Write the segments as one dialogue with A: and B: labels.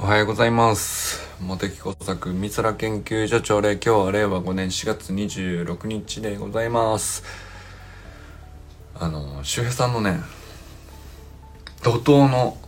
A: おはようございます。茂木工作美空研究所長で、今日は令和5年4月26日でございます。周平さんのね、怒涛の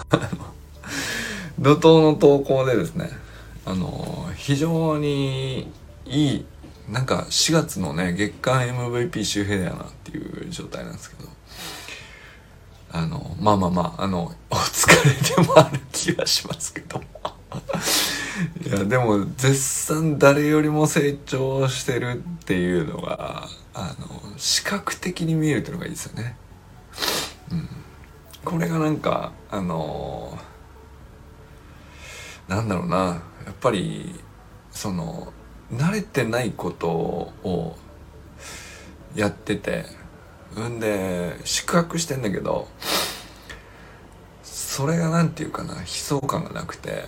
A: 怒涛の投稿でですね、非常にいい、なんか4月のね、月間 MVP 周平だよなっていう状態なんですけど、お疲れでもある気がしますけどいやでも絶賛誰よりも成長してるっていうのが視覚的に見えるっていうのがいいですよね。これがなんかなんだろうな、やっぱりその慣れてないことをやってて、で宿泊してんだけど、それがなんていうかな、悲壮感がなくて、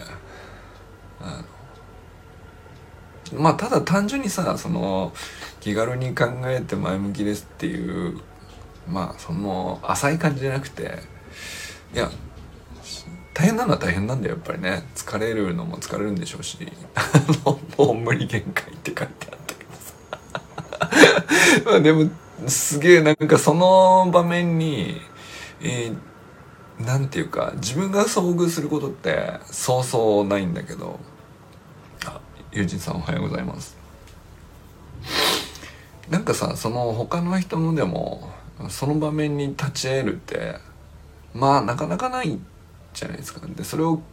A: ただ単純にさ、気軽に考えて前向きですっていう、その浅い感じじゃなくて、いや大変なのは大変なんだよ、やっぱりね。疲れるのも疲れるんでしょうしもう無理限界って書いてあったけどさでもすげえなんかその場面に、なんていうか、自分が遭遇することってそうそうないんだけど、友人さんおはようございます。なんかさ、その他の人のでもその場面に立ち会えるってなかなかないじゃないですか。でそれを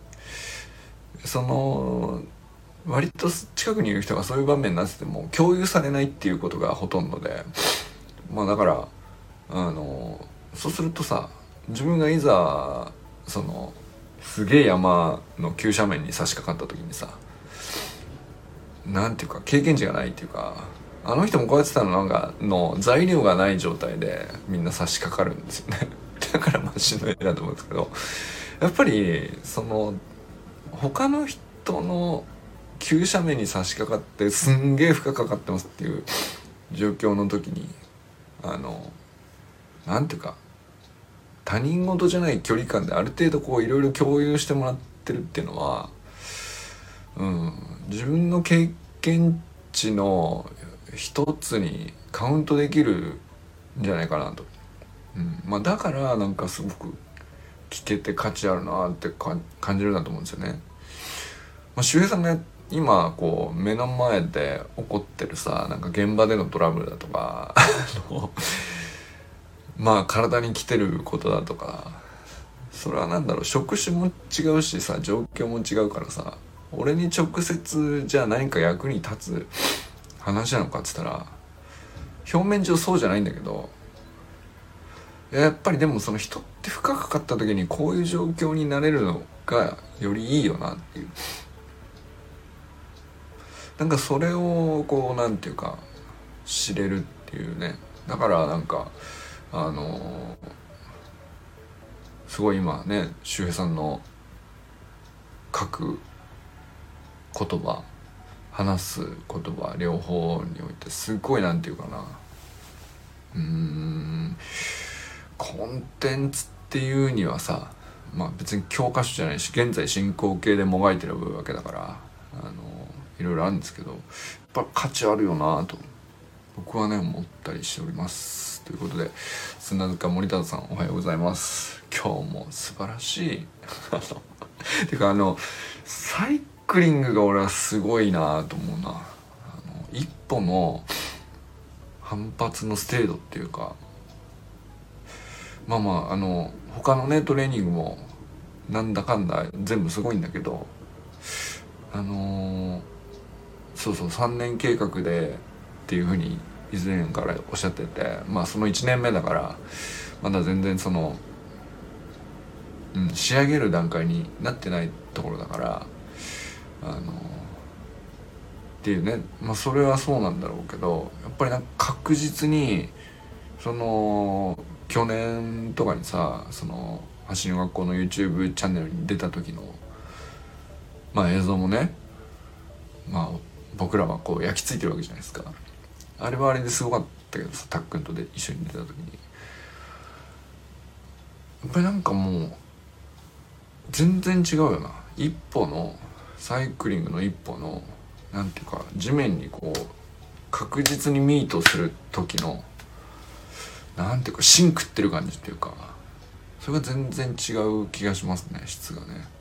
A: 割と近くにいる人がそういう場面になってても共有されないっていうことがほとんどで、だからそうするとさ、自分がいざすげえ山の急斜面に差し掛かった時にさ、なんていうか経験値がないっていうか、あの人もこうやってたのなんかの材料がない状態でみんな差し掛かるんですよねだから死の絵だと思うんですけど、やっぱり他の人の急斜面に差し掛かってすんげえ負荷かかってますっていう状況の時に、なんていうか他人事じゃない距離感である程度こういろいろ共有してもらってるっていうのは、自分の経験値の一つにカウントできるんじゃないかなと、だからなんかすごく聞けて価値あるなって感じるなと思うんですよね。周平さんが今こう目の前で起こってるさ、なんか現場でのトラブルだとか体に来てることだとか、それはなんだろう、職種も違うしさ、状況も違うからさ、俺に直接じゃあ何か役に立つ話なのかっつったら表面上そうじゃないんだけど、やっぱりでもその人って負荷かかった時にこういう状況になれるのがよりいいよなっていう、なんかそれをこうなんていうか知れるっていうね。だからなんかすごい今ね、周平さんの書く言葉、話す言葉両方においてすごいなんていうかな、コンテンツっていうにはさ、別に教科書じゃないし現在進行形でもがいてるわけだから、いろいろあるんですけど、やっぱ価値あるよなと僕はね思ったりしております。ということで、砂塚森田さんおはようございます。今日も素晴らしいてかサイクリングが俺はすごいなと思うな。一歩の反発の精度っていうか、他のねトレーニングもなんだかんだ全部すごいんだけど、そう3年計画でっていう風に以前からおっしゃってて、その1年目だからまだ全然仕上げる段階になってないところだから、っていうね、それはそうなんだろうけど、やっぱりなんか確実に去年とかにさ、走りの学校の YouTube チャンネルに出た時の映像もね、僕らはこう焼き付いてるわけじゃないですか。あれはあれですごかったけどさ、たっくんとで一緒に出た時にやっぱりなんかもう全然違うよな。 一歩のサイクリングの一歩のなんていうか地面にこう確実にミートする時のなんていうか芯食ってる感じっていうか、それが全然違う気がしますね、質がね。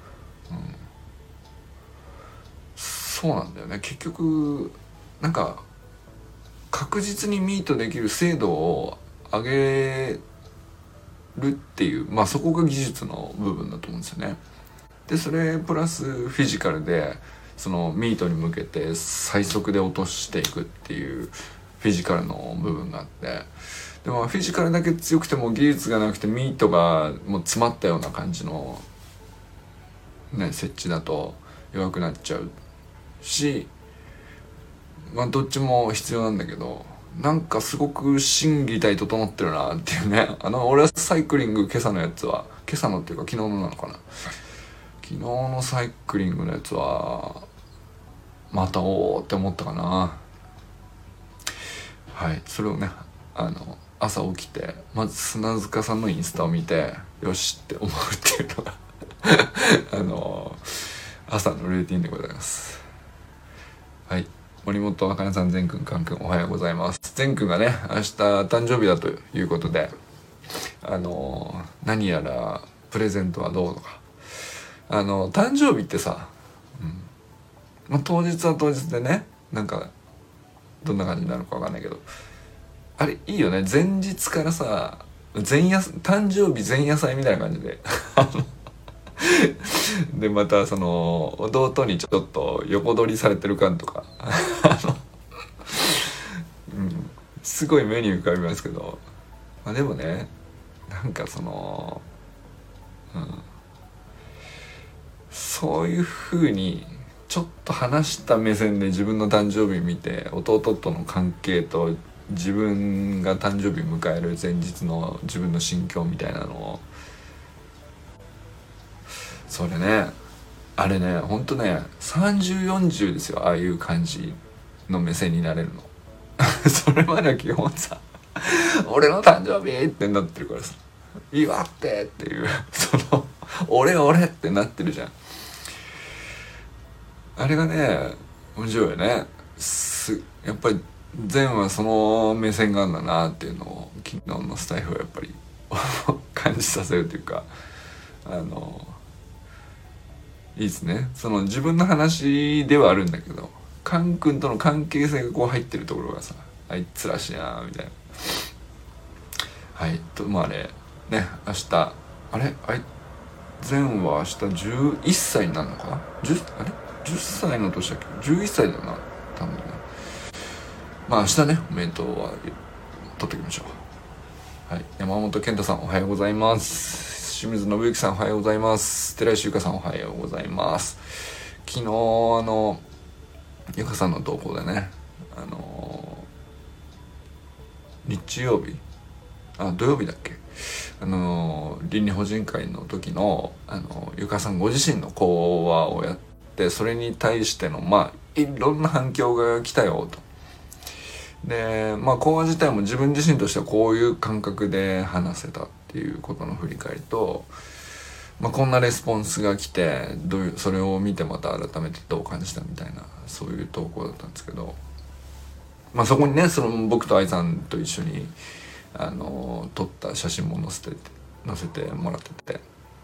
A: そうなんだよね。結局なんか確実にミートできる精度を上げるっていう、まあそこが技術の部分だと思うんですよね。でそれプラスフィジカルでそのミートに向けて最速で落としていくっていうフィジカルの部分があって、でもフィジカルだけ強くても技術がなくてミートがもう詰まったような感じのね設置だと弱くなっちゃうし、まあどっちも必要なんだけど、なんかすごく心技体整ってるなっていうね。俺はサイクリング今朝のやつは、今朝のっていうか昨日のなのかな、昨日のサイクリングのやつはまたおーって思ったかな。はい、それをね朝起きてまず砂塚さんのインスタを見てよしって思うっていうのが朝のルーティンでございます。はい、森本あかねさん、善くん、かんくん、おはようございます。善くんがね明日誕生日だということで何やらプレゼントはどうとか、誕生日ってさ、まあ、当日は当日でね、なんかどんな感じになるかわかんないけど、あれいいよね、前日からさ誕生日前夜祭みたいな感じででまたその弟にちょっと横取りされてる感とかすごい目に浮かびますけど、まあ、でもねなんかその、そういう風にちょっと離した目線で自分の誕生日見て、弟との関係と自分が誕生日迎える前日の自分の心境みたいなのを、それね、あれね、ほんとね30、40ですよ、ああいう感じの目線になれるのそれまでは基本さ俺の誕生日ってなってるからさ、祝ってっていうその俺ってなってるじゃん。あれがね面白いよね。やっぱり善はその目線があるんだなっていうのを昨日のスタイフはやっぱり感じさせるというか、いいですね。その自分の話ではあるんだけど、カン君との関係性がこう入ってるところがさ、あいつらしいなみたいな。はいと、まあね明日善は明日11歳になるのか、10歳の年だっけ、11歳だな多分ね。まあ明日ねおめでとうは取っておきましょう。はい、山本健太さんおはようございます。清水信之さんおはようございます。寺石ゆかさんおはようございます。昨日ゆかさんの投稿でね日曜日土曜日だっけ、倫理法人会の時のゆかさんご自身の講話をやって、それに対してのまあいろんな反響が来たよと。でまあ講話自体も自分自身としてはこういう感覚で話せたっていうことの振り返りと、まあ、こんなレスポンスが来てそれを見てまた改めてどう感じたみたいな、そういう投稿だったんですけど、まあ、そこにねその僕と愛さんと一緒に撮った写真も載せてもらってて、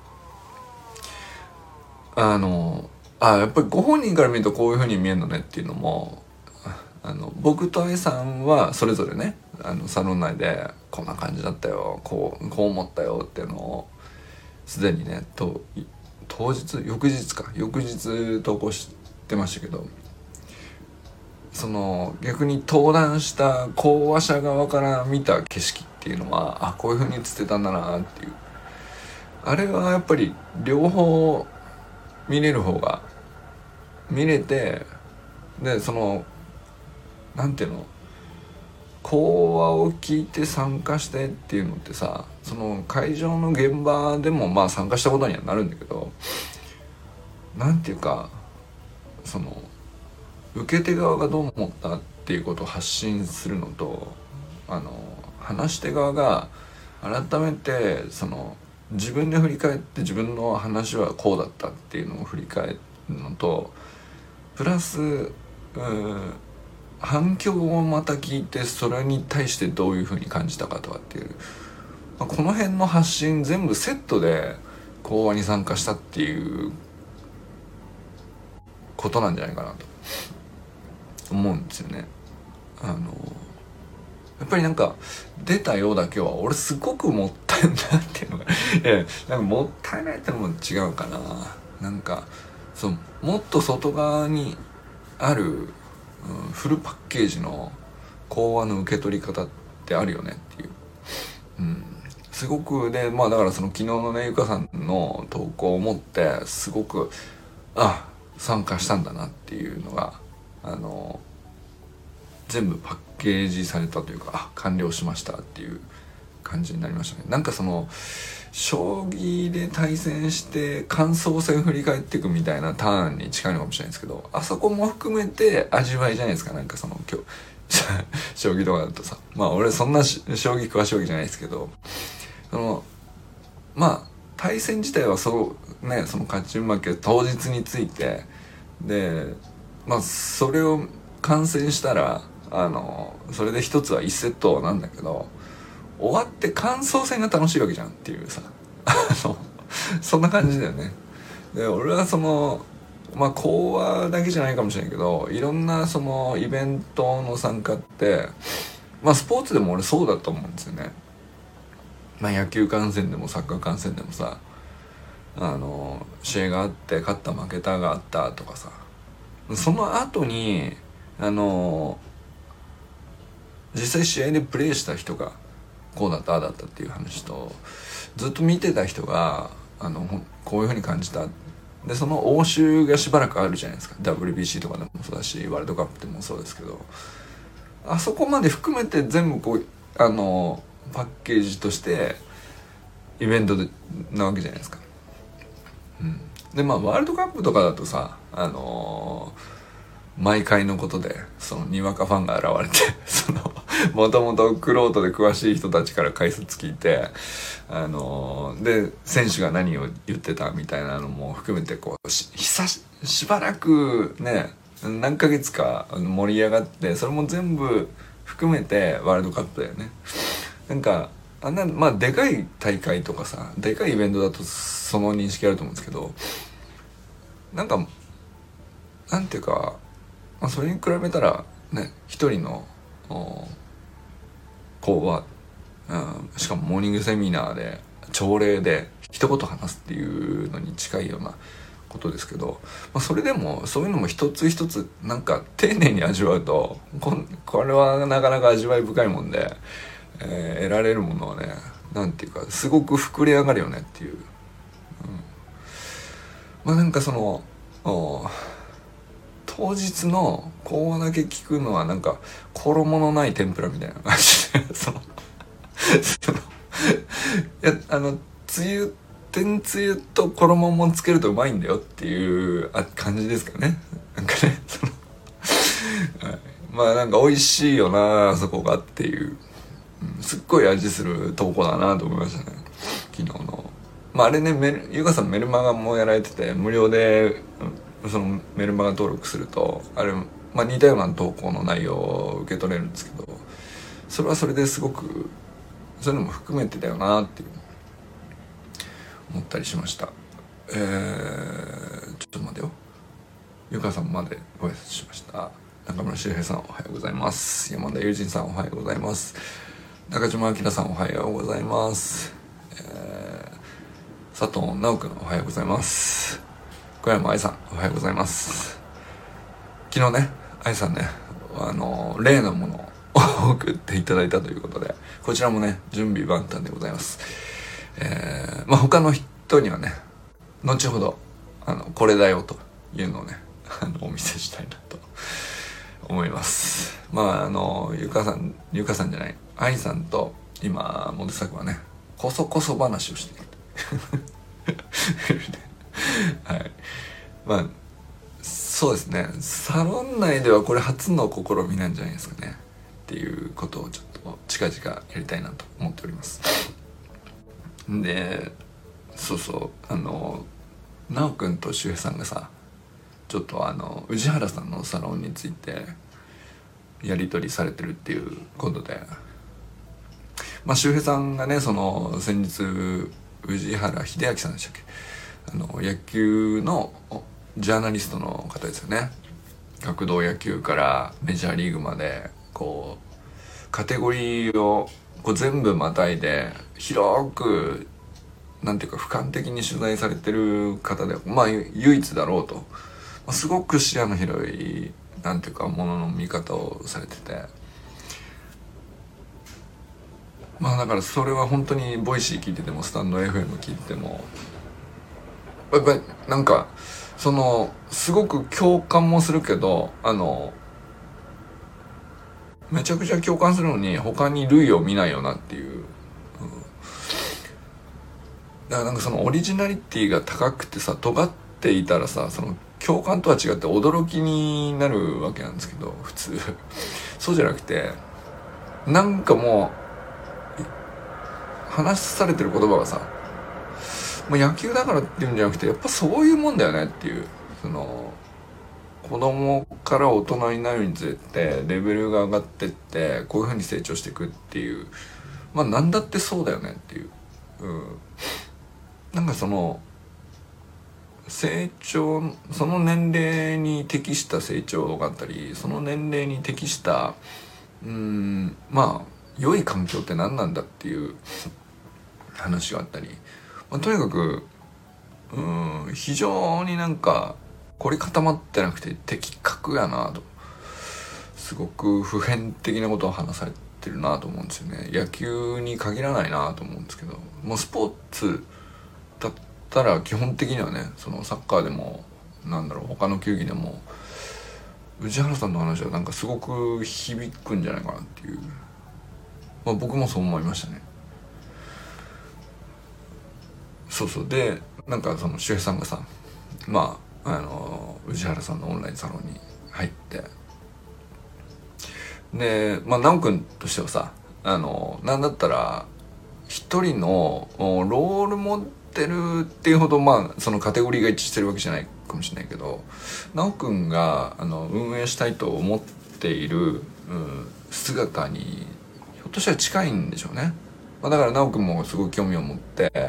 A: やっぱりご本人から見るとこういう風に見えるのねっていうのも、僕と愛さんはそれぞれねサロン内でこんな感じだったよ、こう思ったよっていうのをすでにね翌日投稿してましたけど、その逆に登壇した講話者側から見た景色っていうのはこういう風に映ってたんだなっていう、あれはやっぱり両方見れる方が見れて、でそのなんていうの、講話を聞いて参加してっていうのってさ、その会場の現場でもまあ参加したことにはなるんだけど、なんていうかその受け手側がどう思ったっていうことを発信するのと、話し手側が改めてその自分で振り返って自分の話はこうだったっていうのを振り返るのと、プラス反響をまた聞いてそれに対してどういうふうに感じたかとかっていう、この辺の発信全部セットで講話に参加したっていうことなんじゃないかなと思うんですよね。やっぱりなんか出たようだけは俺すごくもったいないっていうのがなんかもったいないってのも違うかな。なんかそうもっと外側にある、フルパッケージの講話の受け取り方ってあるよねっていう、すごくで、まあだからその昨日のねゆかさんの投稿を持ってすごく参加したんだなっていうのが全部パッケージされたというか完了しましたっていう感じになりましたね。なんかその将棋で対戦して感想戦振り返っていくみたいなターンに近いのかもしれないですけど、あそこも含めて味わいじゃないですか。なんかその今日将棋とかだとさ、まあ俺そんな将棋詳しいわけじゃないですけど、まあ対戦自体はそうね、その勝ち負け当日についてで、まあそれを観戦したらそれで一つは1セットなんだけど、終わって感想戦が楽しいわけじゃんっていうさそんな感じだよね。で俺はその講話だけじゃないかもしれないけど、いろんなそのイベントの参加ってスポーツでも俺そうだと思うんですよね。野球観戦でもサッカー観戦でもさ、試合があって勝った負けたがあったとかさ、その後に実際試合でプレーした人がこうだったああだったっていう話と、ずっと見てた人がこういう風に感じたで、その応酬がしばらくあるじゃないですか。 WBC とかでもそうだしワールドカップでもそうですけど、あそこまで含めて全部こうパッケージとしてイベントなわけじゃないですか。でワールドカップとかだとさ毎回のことでそのにわかファンが現れてそのもともと玄人で詳しい人たちから解説聞いてで選手が何を言ってたみたいなのも含めてこうしばらくね何ヶ月か盛り上がって、それも全部含めてワールドカップだよね。なんかでかい大会とかさ、でかいイベントだとその認識あると思うんですけど、なんかなんていうか、それに比べたらね、一人の講話、しかもモーニングセミナーで朝礼で一言話すっていうのに近いようなことですけど、それでもそういうのも一つ一つなんか丁寧に味わうとこれはなかなか味わい深いもんで、得られるものはね、なんていうかすごく膨れ上がるよねっていう、なんかその当日の講話だけ聞くのはなんか衣のない天ぷらみたいな感じで天つゆと衣もつけるとうまいんだよっていう感じですかね。なんかねはい、なんか美味しいよなあそこがっていう、すっごい味するとこだなと思いましたね、昨日の。あれね、ゆかさんメルマガもやられてて無料でそのメルマガ登録するとあれ、似たような投稿の内容を受け取れるんですけど、それはそれですごくそういうのも含めてだよなっていう思ったりしました。ちょっと待てよ、ゆかさんまでご挨拶しました。中村修平さんおはようございます。山田友人さんおはようございます。中島明さんおはようございます。佐藤直くんおはようございます。小山愛さんおはようございます。昨日ね、愛さんね例のものを送っていただいたということで、こちらもね準備万端でございます。他の人にはね後ほどこれだよというのをねお見せしたいなと思います。ゆかさんじゃない愛さんと今モテ作はねこそこそ話をしているはい、そうですね、サロン内ではこれ初の試みなんじゃないですかねっていうことをちょっと近々やりたいなと思っております。でそうそう、奈くんと周平さんがさ、ちょっと宇治原さんのサロンについてやり取りされてるっていうことで、まあ周平さんがね、その先日宇治原秀明さんでしたっけ、野球のジャーナリストの方ですよね。学童野球からメジャーリーグまでこうカテゴリーをこう全部またいで広く、なんていうか俯瞰的に取材されてる方で、まあ唯一だろうと、まあ、すごく視野の広い、なんていうかものの見方をされてて、まあだからそれは本当にボイシー聞いててもスタンド FM 聞いててもやっぱりなんかそのすごく共感もするけど、めちゃくちゃ共感するのに他に類を見ないよなっていう、だからなんかそのオリジナリティが高くてさ、尖っていたらさ、その共感とは違って驚きになるわけなんですけど、普通そうじゃなくて、なんかもう話されてる言葉がさ、まあ、野球だからっていうんじゃなくて、やっぱそういうもんだよねっていう、その子供から大人になるにつれてレベルが上がってって、こういう風に成長していくっていう、まあなんだってそうだよねっていう、なんかその成長、その年齢に適した成長があったり、その年齢に適したまあ良い環境って何なんだっていう話があったり、まあ、とにかく非常になんか凝り固まってなくて的確やなと、すごく普遍的なことを話されてるなと思うんですよね。野球に限らないなと思うんですけど、もうスポーツだったら基本的にはね、そのサッカーでもなんだろう、他の球技でも宇治原さんの話はなんかすごく響くんじゃないかなっていう、まあ、僕もそう思いましたね。そうそう、でなんかその周平さんがさ、まあ宇治原さんのオンラインサロンに入って、でまあ奈くんとしてはさ、なんだったら一人のロールモデルっていうほどまあそのカテゴリーが一致してるわけじゃないかもしれないけど、奈くんが運営したいと思っている、姿にひょっとしたら近いんでしょうね。まあ、だから奈くんもすごい興味を持って、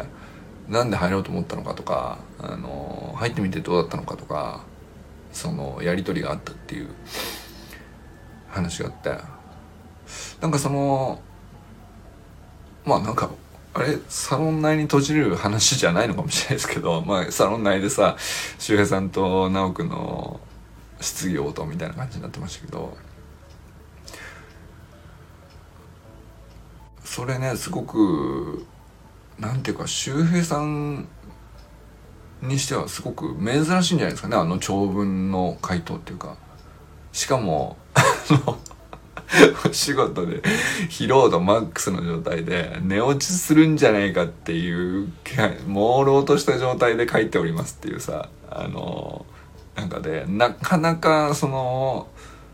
A: なんで入ろうと思ったのかとか、入ってみてどうだったのかとか、そのやり取りがあったっていう話があって、なんかそのまあなんかあれサロン内に閉じる話じゃないのかもしれないですけど、まあサロン内でさ、周平さんと直くんの質疑応答みたいな感じになってましたけど、それねすごくなんていうか周平さんにしてはすごく珍しいんじゃないですかね、長文の回答っていうか。しかもお仕事で疲労度マックスの状態で寝落ちするんじゃないかっていう朦朧とした状態で書いておりますっていうさ、なんかでなかなかその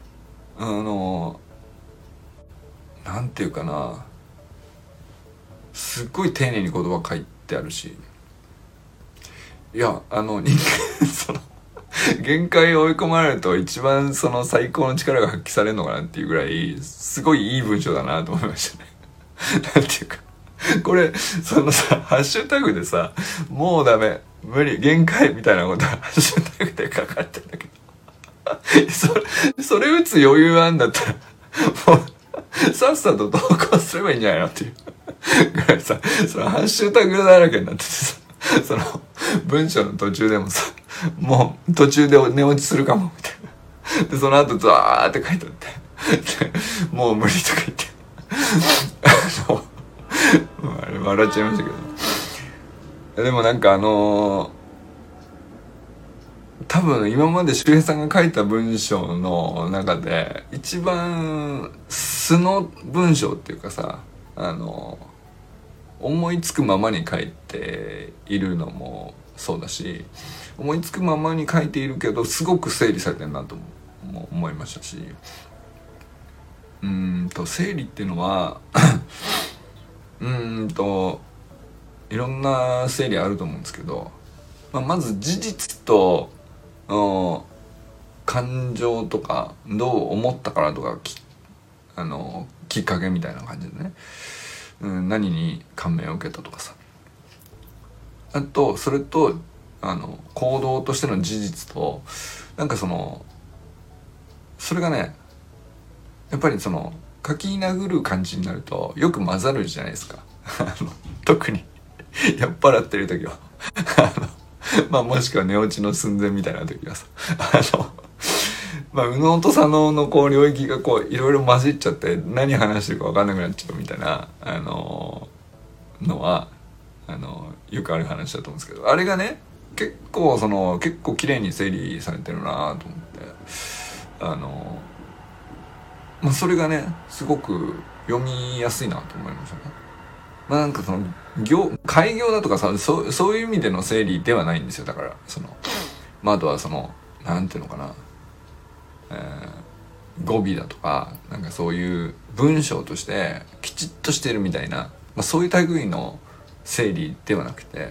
A: なんていうかな、すっごい丁寧に言葉書いてあるし、いや人間その限界を追い込まれると一番その最高の力が発揮されるのかなっていうぐらいすごいいい文章だなと思いましたね。なんていうかこれそのさハッシュタグでさ、もうダメ無理限界みたいなことハッシュタグで書かれてんだけどそれ打つ余裕あんだったらもうさっさと投稿すればいいんじゃないのっていうぐらいさ、そのハッシュタグだらけになっててさ、その文章の途中でもさ、もう途中で寝落ちするかもみたいなで、その後ザーって書いてあってもう無理とか言ってあれ笑っちゃいましたけど、でもなんか多分今まで周平さんが書いた文章の中で一番素の文章っていうかさ、思いつくままに書いているのもそうだし、思いつくままに書いているけどすごく整理されてるなとも思いましたし、整理っていうのはいろんな整理あると思うんですけど、まず事実と感情とかどう思ったからとかきっかけみたいな感じでね、何に感銘を受けたとかさ、あとそれと行動としての事実となんかそれがねやっぱり書き殴る感じになるとよく混ざるじゃないですか特に酔っ払ってる時はもしくは寝落ちの寸前みたいな時はさ右脳と左脳の領域がいろいろ混じっちゃって何話してるか分かんなくなっちゃうみたいなのはよくある話だと思うんですけど、あれがね結構綺麗に整理されてるなと思ってそれがねすごく読みやすいなと思いましたね。なんか開業だとかさそういう意味での整理ではないんですよ。だからあとはなんていうのかな、語尾だとかなんかそういう文章としてきちっとしてるみたいな、そういう類の整理ではなくて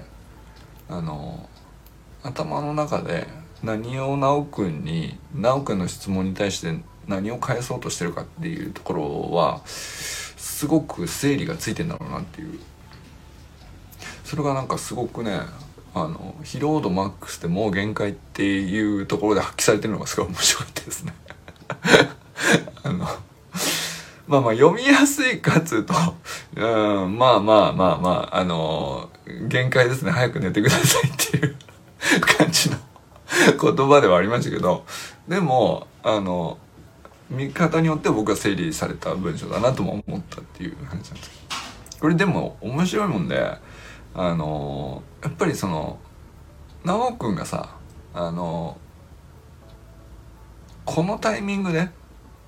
A: 頭の中で何を直くんの質問に対して何を返そうとしてるかっていうところはすごく整理がついてんだろうなっていう、それがなんかすごくね疲労度マックスでもう限界っていうところで発揮されてるのがすごい面白かったですね読みやすいかつうと限界ですね、早く寝てくださいっていう感じの言葉ではありましたけど、でも見方によって僕は整理された文章だなとも思ったっていう話なんですけど、これでも面白いもんでやっぱり直くんがさこのタイミングで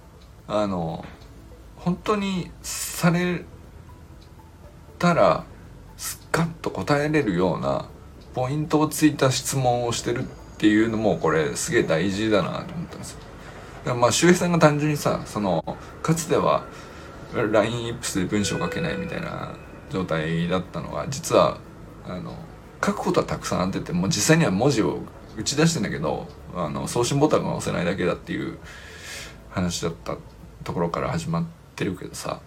A: 本当にされたらスカッと答えれるようなポイントをついた質問をしてるっていうのもこれすげえ大事だなと思ったんですよ。周平さんが単純にさかつては LINE イップスで文章を書けないみたいな状態だったのが実は書くことはたくさんあってて、もう実際には文字を打ち出してんだけど送信ボタンが押せないだけだっていう話だったところから始まってるけどさ、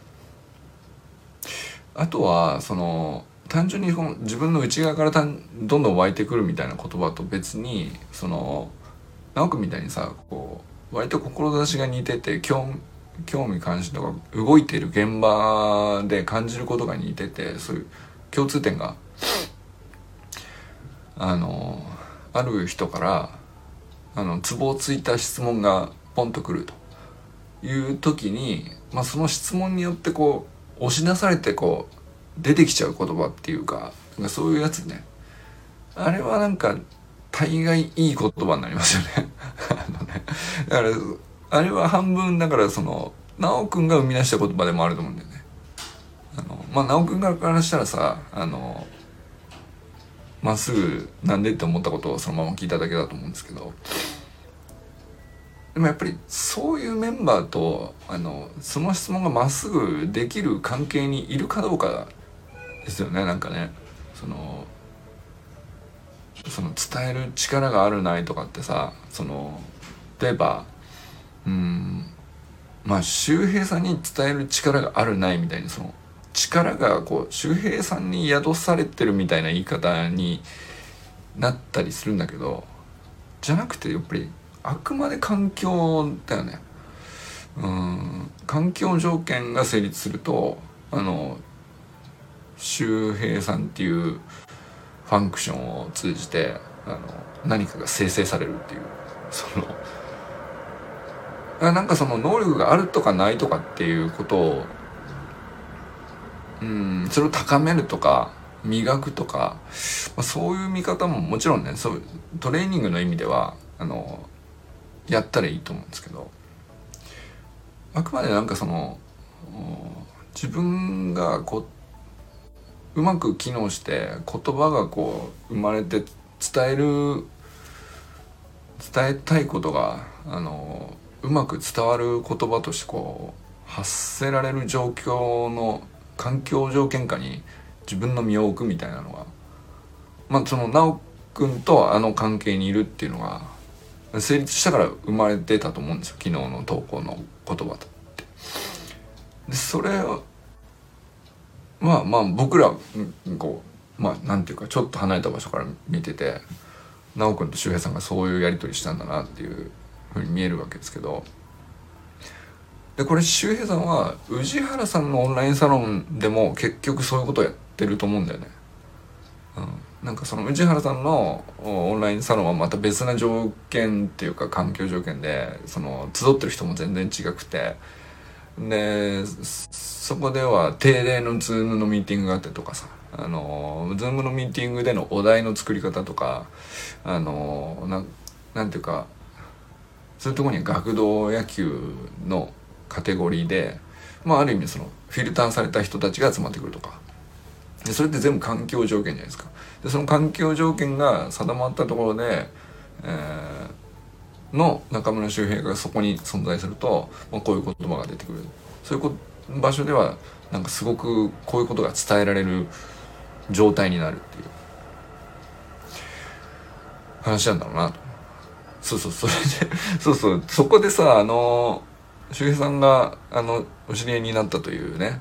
A: あとは単純に自分の内側からどんどん湧いてくるみたいな言葉と別に直くみたいにさ割と志が似てて興味関心とか動いている現場で感じることが似てて、そういう共通点がある人からツボをついた質問がポンとくるという時に、その質問によって押し出されて出てきちゃう言葉っていうか、そういうやつね、あれはなんか大概いい言葉になりますよねだからあれは半分だから直くんが生み出した言葉でもあると思うんだよね。直くんからしたらさまっすぐなんでって思ったことをそのまま聞いただけだと思うんですけど、でもやっぱりそういうメンバーとその質問がまっすぐできる関係にいるかどうかですよね。なんかね伝える力があるないとかってさ例えば周平さんに伝える力があるないみたいに力が周平さんに宿されてるみたいな言い方になったりするんだけど、じゃなくてやっぱりあくまで環境だよね。環境条件が成立すると周平さんっていうファンクションを通じて何かが生成されるっていうなんか能力があるとかないとかっていうことをそれを高めるとか磨くとか、そういう見方ももちろんねトレーニングの意味ではやったらいいと思うんですけど、あくまでなんか自分がうまく機能して言葉が生まれて伝えたいことがうまく伝わる言葉として発せられる状況の環境条件下に自分の身を置くみたいなのが、まあその直くんとあの関係にいるっていうのが成立したから生まれてたと思うんですよ、昨日の投稿の言葉って。でそれはまあ僕らこうまあなんていうかちょっと離れた場所から見てて、直くんと周平さんがそういうやり取りしたんだなっていうふうに見えるわけですけど、でこれ周平さんは宇治原さんのオンラインサロンでも結局そういうことをやってると思うんだよね。なんかその宇治原さんのオンラインサロンはまた別な条件っていうか環境条件で、その集ってる人も全然違くて、でそこでは定例のズームのミーティングがあってとかさ、ズームのミーティングでのお題の作り方とか、なんていうかそういうところに学童野球のカテゴリーで、まあある意味そのフィルターされた人たちが集まってくるとか、でそれって全部環境条件じゃないですか。でその環境条件が定まったところで、の中村周平がそこに存在すると、まあ、こういう言葉が出てくる。そういう場所ではなんかすごくこういうことが伝えられる状態になるっていう話なんだろうなと。それでそこでさ、周平さんがお知り合いになったというね、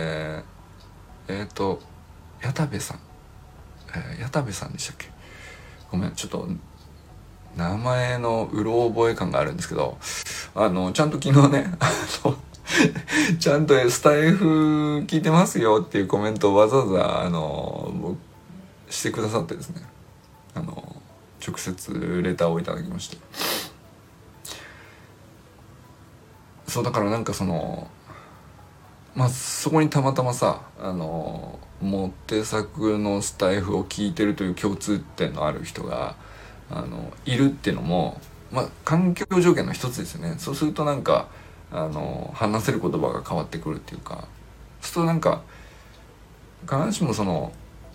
A: 矢田部さん、矢田部さんでしたっけ。ごめん、ちょっと名前のうろ覚え感があるんですけど、ちゃんと昨日ねちゃんとスタイフ聞いてますよっていうコメントをわざわざしてくださってですね、直接レターをいただきまして、そうだからなんかそのまあそこにたまたまさモテ作のスタイフを聞いてるという共通点のある人がいるっていうのも、まあ環境条件の一つですよね。そうするとなんか話せる言葉が変わってくるっていうか、そうするとなんか必ずしもその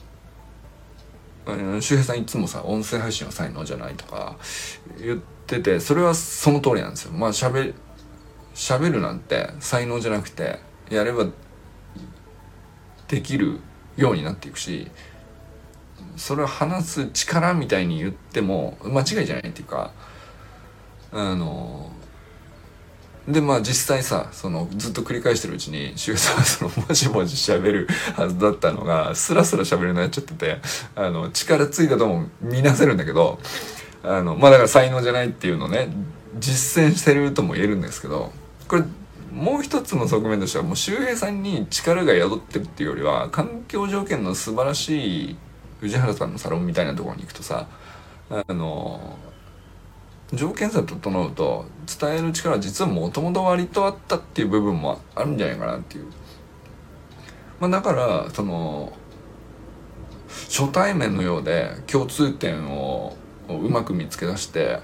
A: 周平さんいつもさ音声配信は才能じゃないとか言ってて、それはその通りなんですよ。まあ喋るなんて才能じゃなくてやればできるようになっていくし、それを話す力みたいに言っても間違いじゃないっていうか、でまあ実際さそのずっと繰り返してるうちに周平さんはそのもじもじ喋るはずだったのがスラスラ喋るようになっちゃってて、力ついたとも見なせるんだけど、まあだから才能じゃないっていうのをね実践してるとも言えるんですけど、これもう一つの側面としてはもう周平さんに力が宿ってるっていうよりは環境条件の素晴らしい宇治原さんのサロンみたいなところに行くとさ、条件さえ整うと伝える力は実はもともと割とあったっていう部分もあるんじゃないかなっていう、まあ、だからその初対面のようで共通点をうまく見つけ出して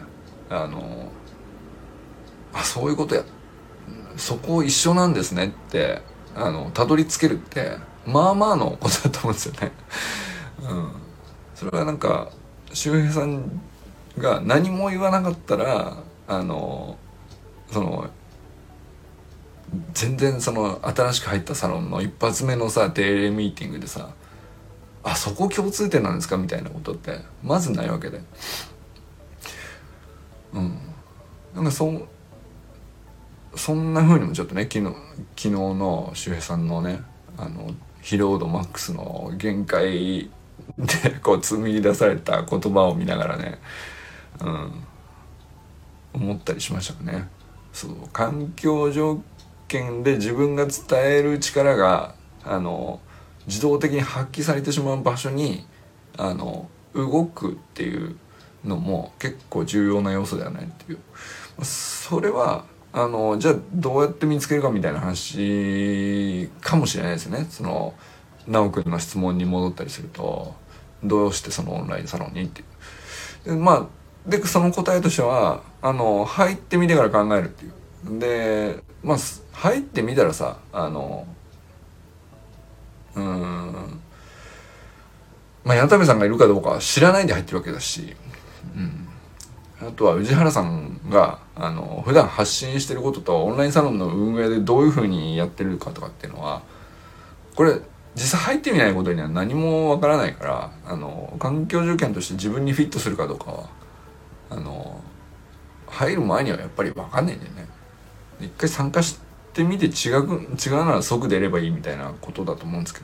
A: そういうことやそこ一緒なんですねってたどり着けるってまあまあのことだと思うんですよね。それはなんか周平さんが何も言わなかったらその全然その新しく入ったサロンの一発目のさ定例ミーティングでさそこ共通点なんですかみたいなことってまずないわけで、なんかそんな風にもちょっとね昨日の周平さんのね疲労度マックスの限界でこう紡ぎ出された言葉を見ながらね、思ったりしましたね。そう環境条件で自分が伝える力が自動的に発揮されてしまう場所に動くっていうのも結構重要な要素ではないっていう、それはじゃあどうやって見つけるかみたいな話かもしれないですよね。その直くんの質問に戻ったりするとどうしてそのオンラインサロンにっていう、まあでその答えとしては入ってみてから考えるっていう。でまあ入ってみたらさまあ矢田部さんがいるかどうかは知らないで入ってるわけだし、あとは宇治原さんが普段発信してることとオンラインサロンの運営でどういう風にやってるかとかっていうのはこれ実際入ってみないことには何もわからないから、環境条件として自分にフィットするかどうかは入る前にはやっぱり分かんないんだよね。一回参加してみて違うなら即出ればいいみたいなことだと思うんですけど、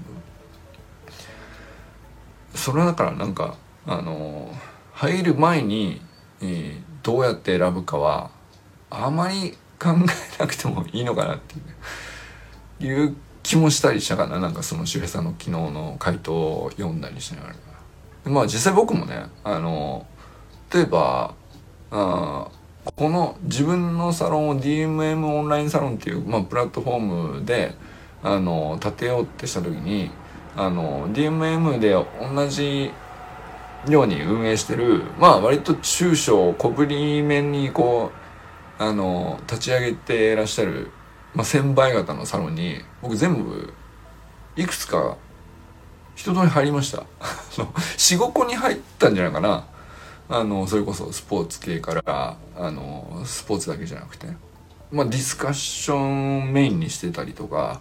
A: それはだからなんか入る前に、どうやって選ぶかはあまり考えなくてもいいのかなっていう気もしたりしたかな。なんかその周平さんの昨日の回答を読んだりしながら、まあ実際僕もね例えばこの自分のサロンを DMM オンラインサロンっていう、プラットフォームで立てようってした時にDMM で同じように運営してる割と中小小ぶり面にこう立ち上げていらっしゃる、1000倍型のサロンに僕全部いくつか一通り入りました4、5個に入ったんじゃないかな。それこそスポーツ系からスポーツだけじゃなくて、ディスカッションメインにしてたりとか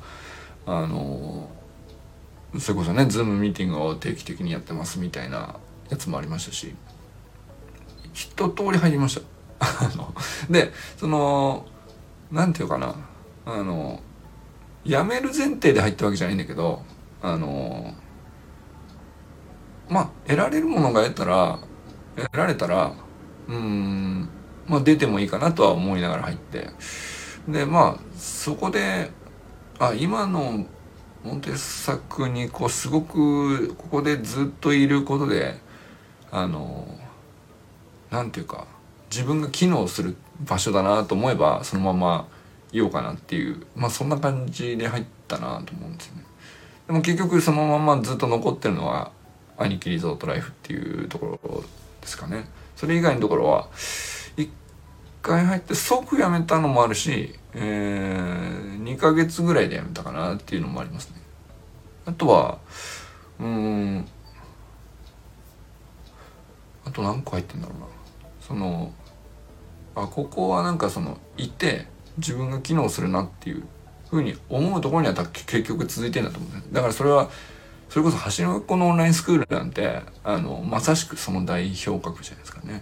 A: それこそねズームミーティングを定期的にやってますみたいなやつもありましたし、一通り入りましたでなんていうかな辞める前提で入ったわけじゃないんだけど得られるものが得られたら出てもいいかなとは思いながら入って、でそこで今のモンテサクにすごくここでずっといることでなんていうか自分が機能する場所だなと思えばそのままいようかなっていう、そんな感じで入ったなと思うんですよね。でも結局そのままずっと残ってるのは兄貴リゾートライフっていうところですかね。それ以外のところは一回入って即辞めたのもあるし、2ヶ月ぐらいで辞めたかなっていうのもありますね。あとはあと何個入ってんだろうな。ここはなんかいて自分が機能するなっていうふうに思うところには結局続いてんだと思うんです。だからそれこそ走りの学校のオンラインスクールなんてまさしくその代表格じゃないですかね。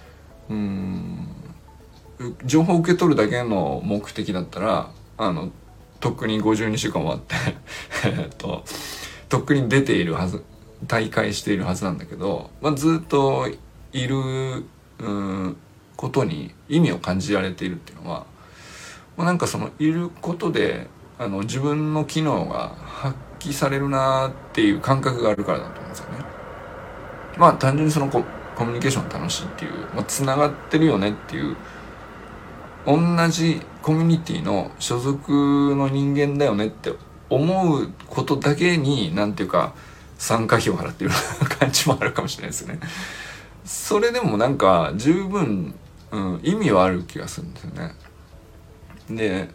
A: 情報を受け取るだけの目的だったらとっくに52週間終わってとっくに出ているはず、大会しているはずなんだけど、ずっといることに意味を感じられているっていうのは、なんかいることで自分の機能が発揮されるなっていう感覚があるからだと思うんですよね。単純にコミュニケーションが楽しいっていう、つながってるよねっていう、同じコミュニティの所属の人間だよねって思うことだけになんていうか参加費を払ってるような感じもあるかもしれないですよね。それでもなんか十分、意味はある気がするんですよね。で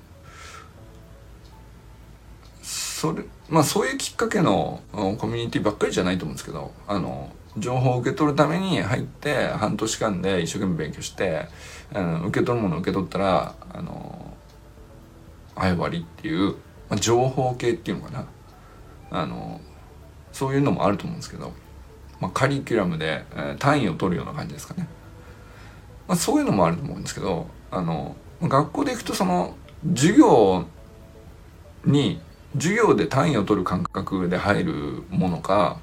A: そういうきっかけのコミュニティばっかりじゃないと思うんですけど、情報を受け取るために入って半年間で一生懸命勉強して受け取るものを受け取ったら終わりっていう、情報系っていうのかな、そういうのもあると思うんですけど、カリキュラムで、単位を取るような感じですかね。そういうのもあると思うんですけど、学校で行くと授業で単位を取る感覚で入るものか、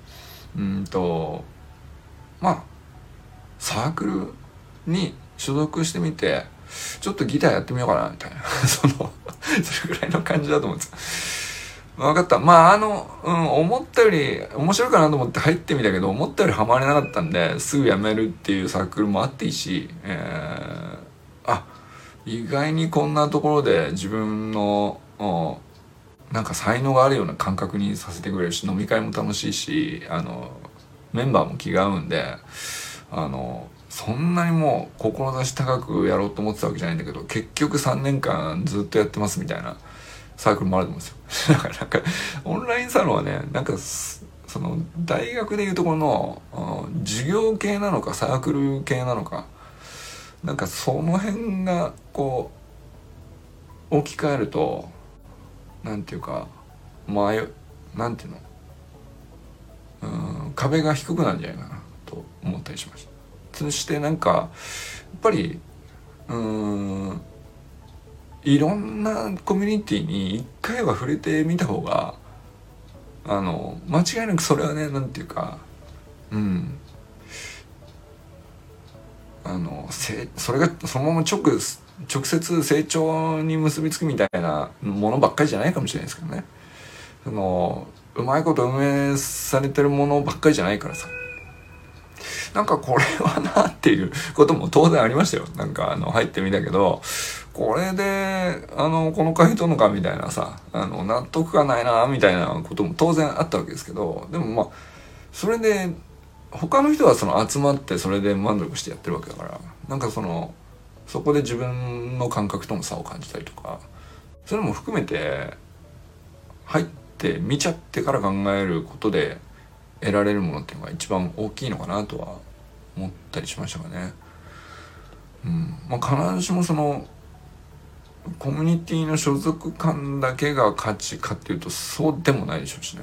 A: サークルに所属してみてちょっとギターやってみようかなみたいなそれぐらいの感じだと思うんです。分かった。思ったより面白いかなと思って入ってみたけど、思ったよりハマれなかったんですぐ辞めるっていうサークルもあっていいし、意外にこんなところで自分のなんか才能があるような感覚にさせてくれるし、飲み会も楽しいしメンバーも気が合うんでそんなにもう志高くやろうと思ってたわけじゃないんだけど、結局3年間ずっとやってますみたいなサークルもあると思うんですよ。だからなんかオンラインサロンはね、なんか大学でいうところの授業系なのかサークル系なのか、なんかその辺が置き換えるとなんていうかなんていうの壁が低くなるんじゃないかなと思ったりしました。そしてなんかやっぱりいろんなコミュニティに一回は触れてみた方が間違いなくそれはね、なんていうか、それがそのまま直接成長に結びつくみたいなものばっかりじゃないかもしれないですけどね。うまいこと運営されてるものばっかりじゃないからさ、なんかこれはなっていうことも当然ありましたよ。なんか入ってみたけど、これでこの回答のかみたいなさ、納得がないなみたいなことも当然あったわけですけど、でもまあそれで他の人はその集まってそれで満足してやってるわけだから、なんかそこで自分の感覚との差を感じたりとか、それも含めて入って見ちゃってから考えることで得られるものっていうのが一番大きいのかなとは思ったりしましたがね。まあ必ずしもそのコミュニティの所属感だけが価値かっていうとそうでもないでしょうしね。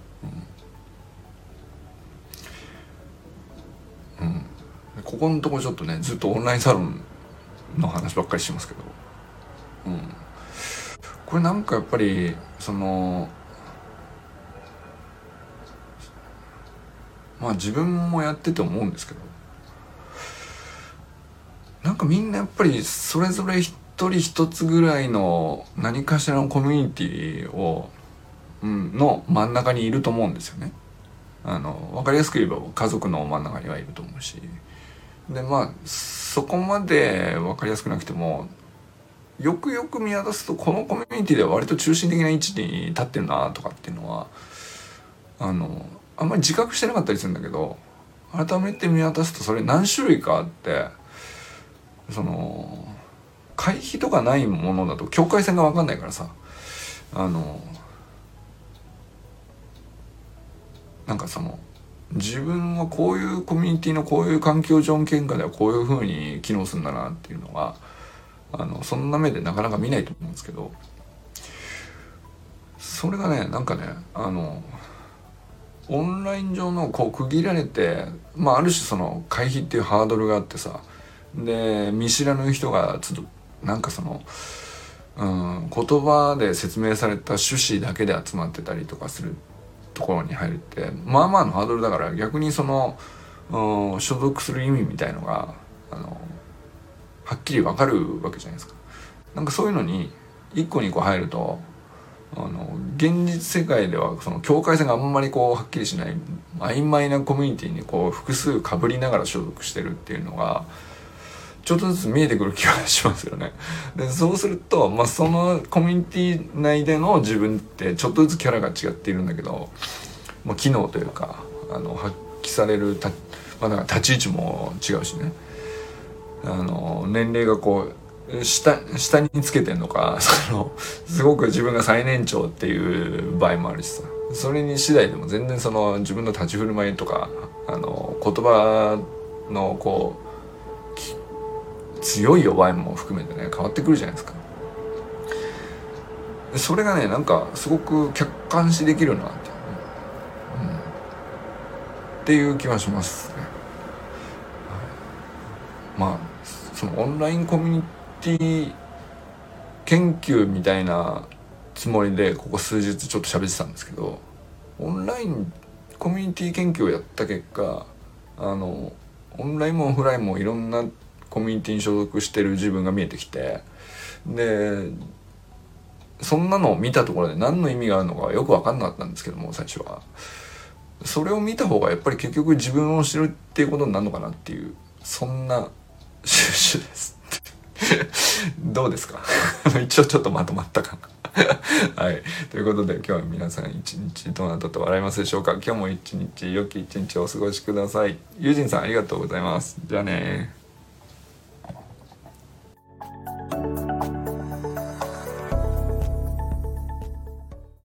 A: ここのところちょっとね、ずっとオンラインサロンの話ばっかりしてますけど、これなんかやっぱりまあ自分もやってて思うんですけど、なんかみんなやっぱりそれぞれ一人一つぐらいの何かしらのコミュニティを、の真ん中にいると思うんですよね。わかりやすく言えば家族の真ん中にはいると思うし、でまあそこまでわかりやすくなくてもよくよく見渡すとこのコミュニティでは割と中心的な位置に立ってるなとかっていうのはあんまり自覚してなかったりするんだけど、改めて見渡すとそれ何種類かあって、会費とかないものだと境界線が分かんないからさ、なんか自分はこういうコミュニティのこういう環境条件下ではこういう風に機能するんだなっていうのがそんな目でなかなか見ないと思うんですけど、それがねなんかねオンライン上のこう区切られて、まあある種会費っていうハードルがあってさ、で見知らぬ人がなんか言葉で説明された趣旨だけで集まってたりとかするところに入るってまあまあのハードルだから、逆に所属する意味みたいのがはっきり分かるわけじゃないですか。なんかそういうのに一個に入ると現実世界では境界線があんまりはっきりしない曖昧なコミュニティに複数被りながら所属してるっていうのがちょっとずつ見えてくる気がしますよね。でそうすると、まあ、そのコミュニティ内での自分ってちょっとずつキャラが違っているんだけど、まあ、機能というか発揮されるまあ、だから立ち位置も違うしね、年齢が下につけてんのかすごく自分が最年長っていう場合もあるしさ、それに次第でも全然自分の立ち振る舞いとか言葉の強い弱いも含めてね変わってくるじゃないですか。それがねなんかすごく客観視できるなっていう気はしますね。まあオンラインコミュニティ研究みたいなつもりでここ数日ちょっと喋ってたんですけど、オンラインコミュニティ研究をやった結果オンラインもオフラインもいろんなコミュニティに所属してる自分が見えてきて、でそんなのを見たところで何の意味があるのかよく分かんなかったんですけども、最初はそれを見た方がやっぱり結局自分を知るっていうことになるのかなっていう、そんな趣旨ですどうですか一応ちょっとまとまったかなはい、ということで今日は皆さん一日どなたと笑いますでしょうか。今日も一日良き一日をお過ごしください。ゆうじんさんありがとうございます。じゃあね。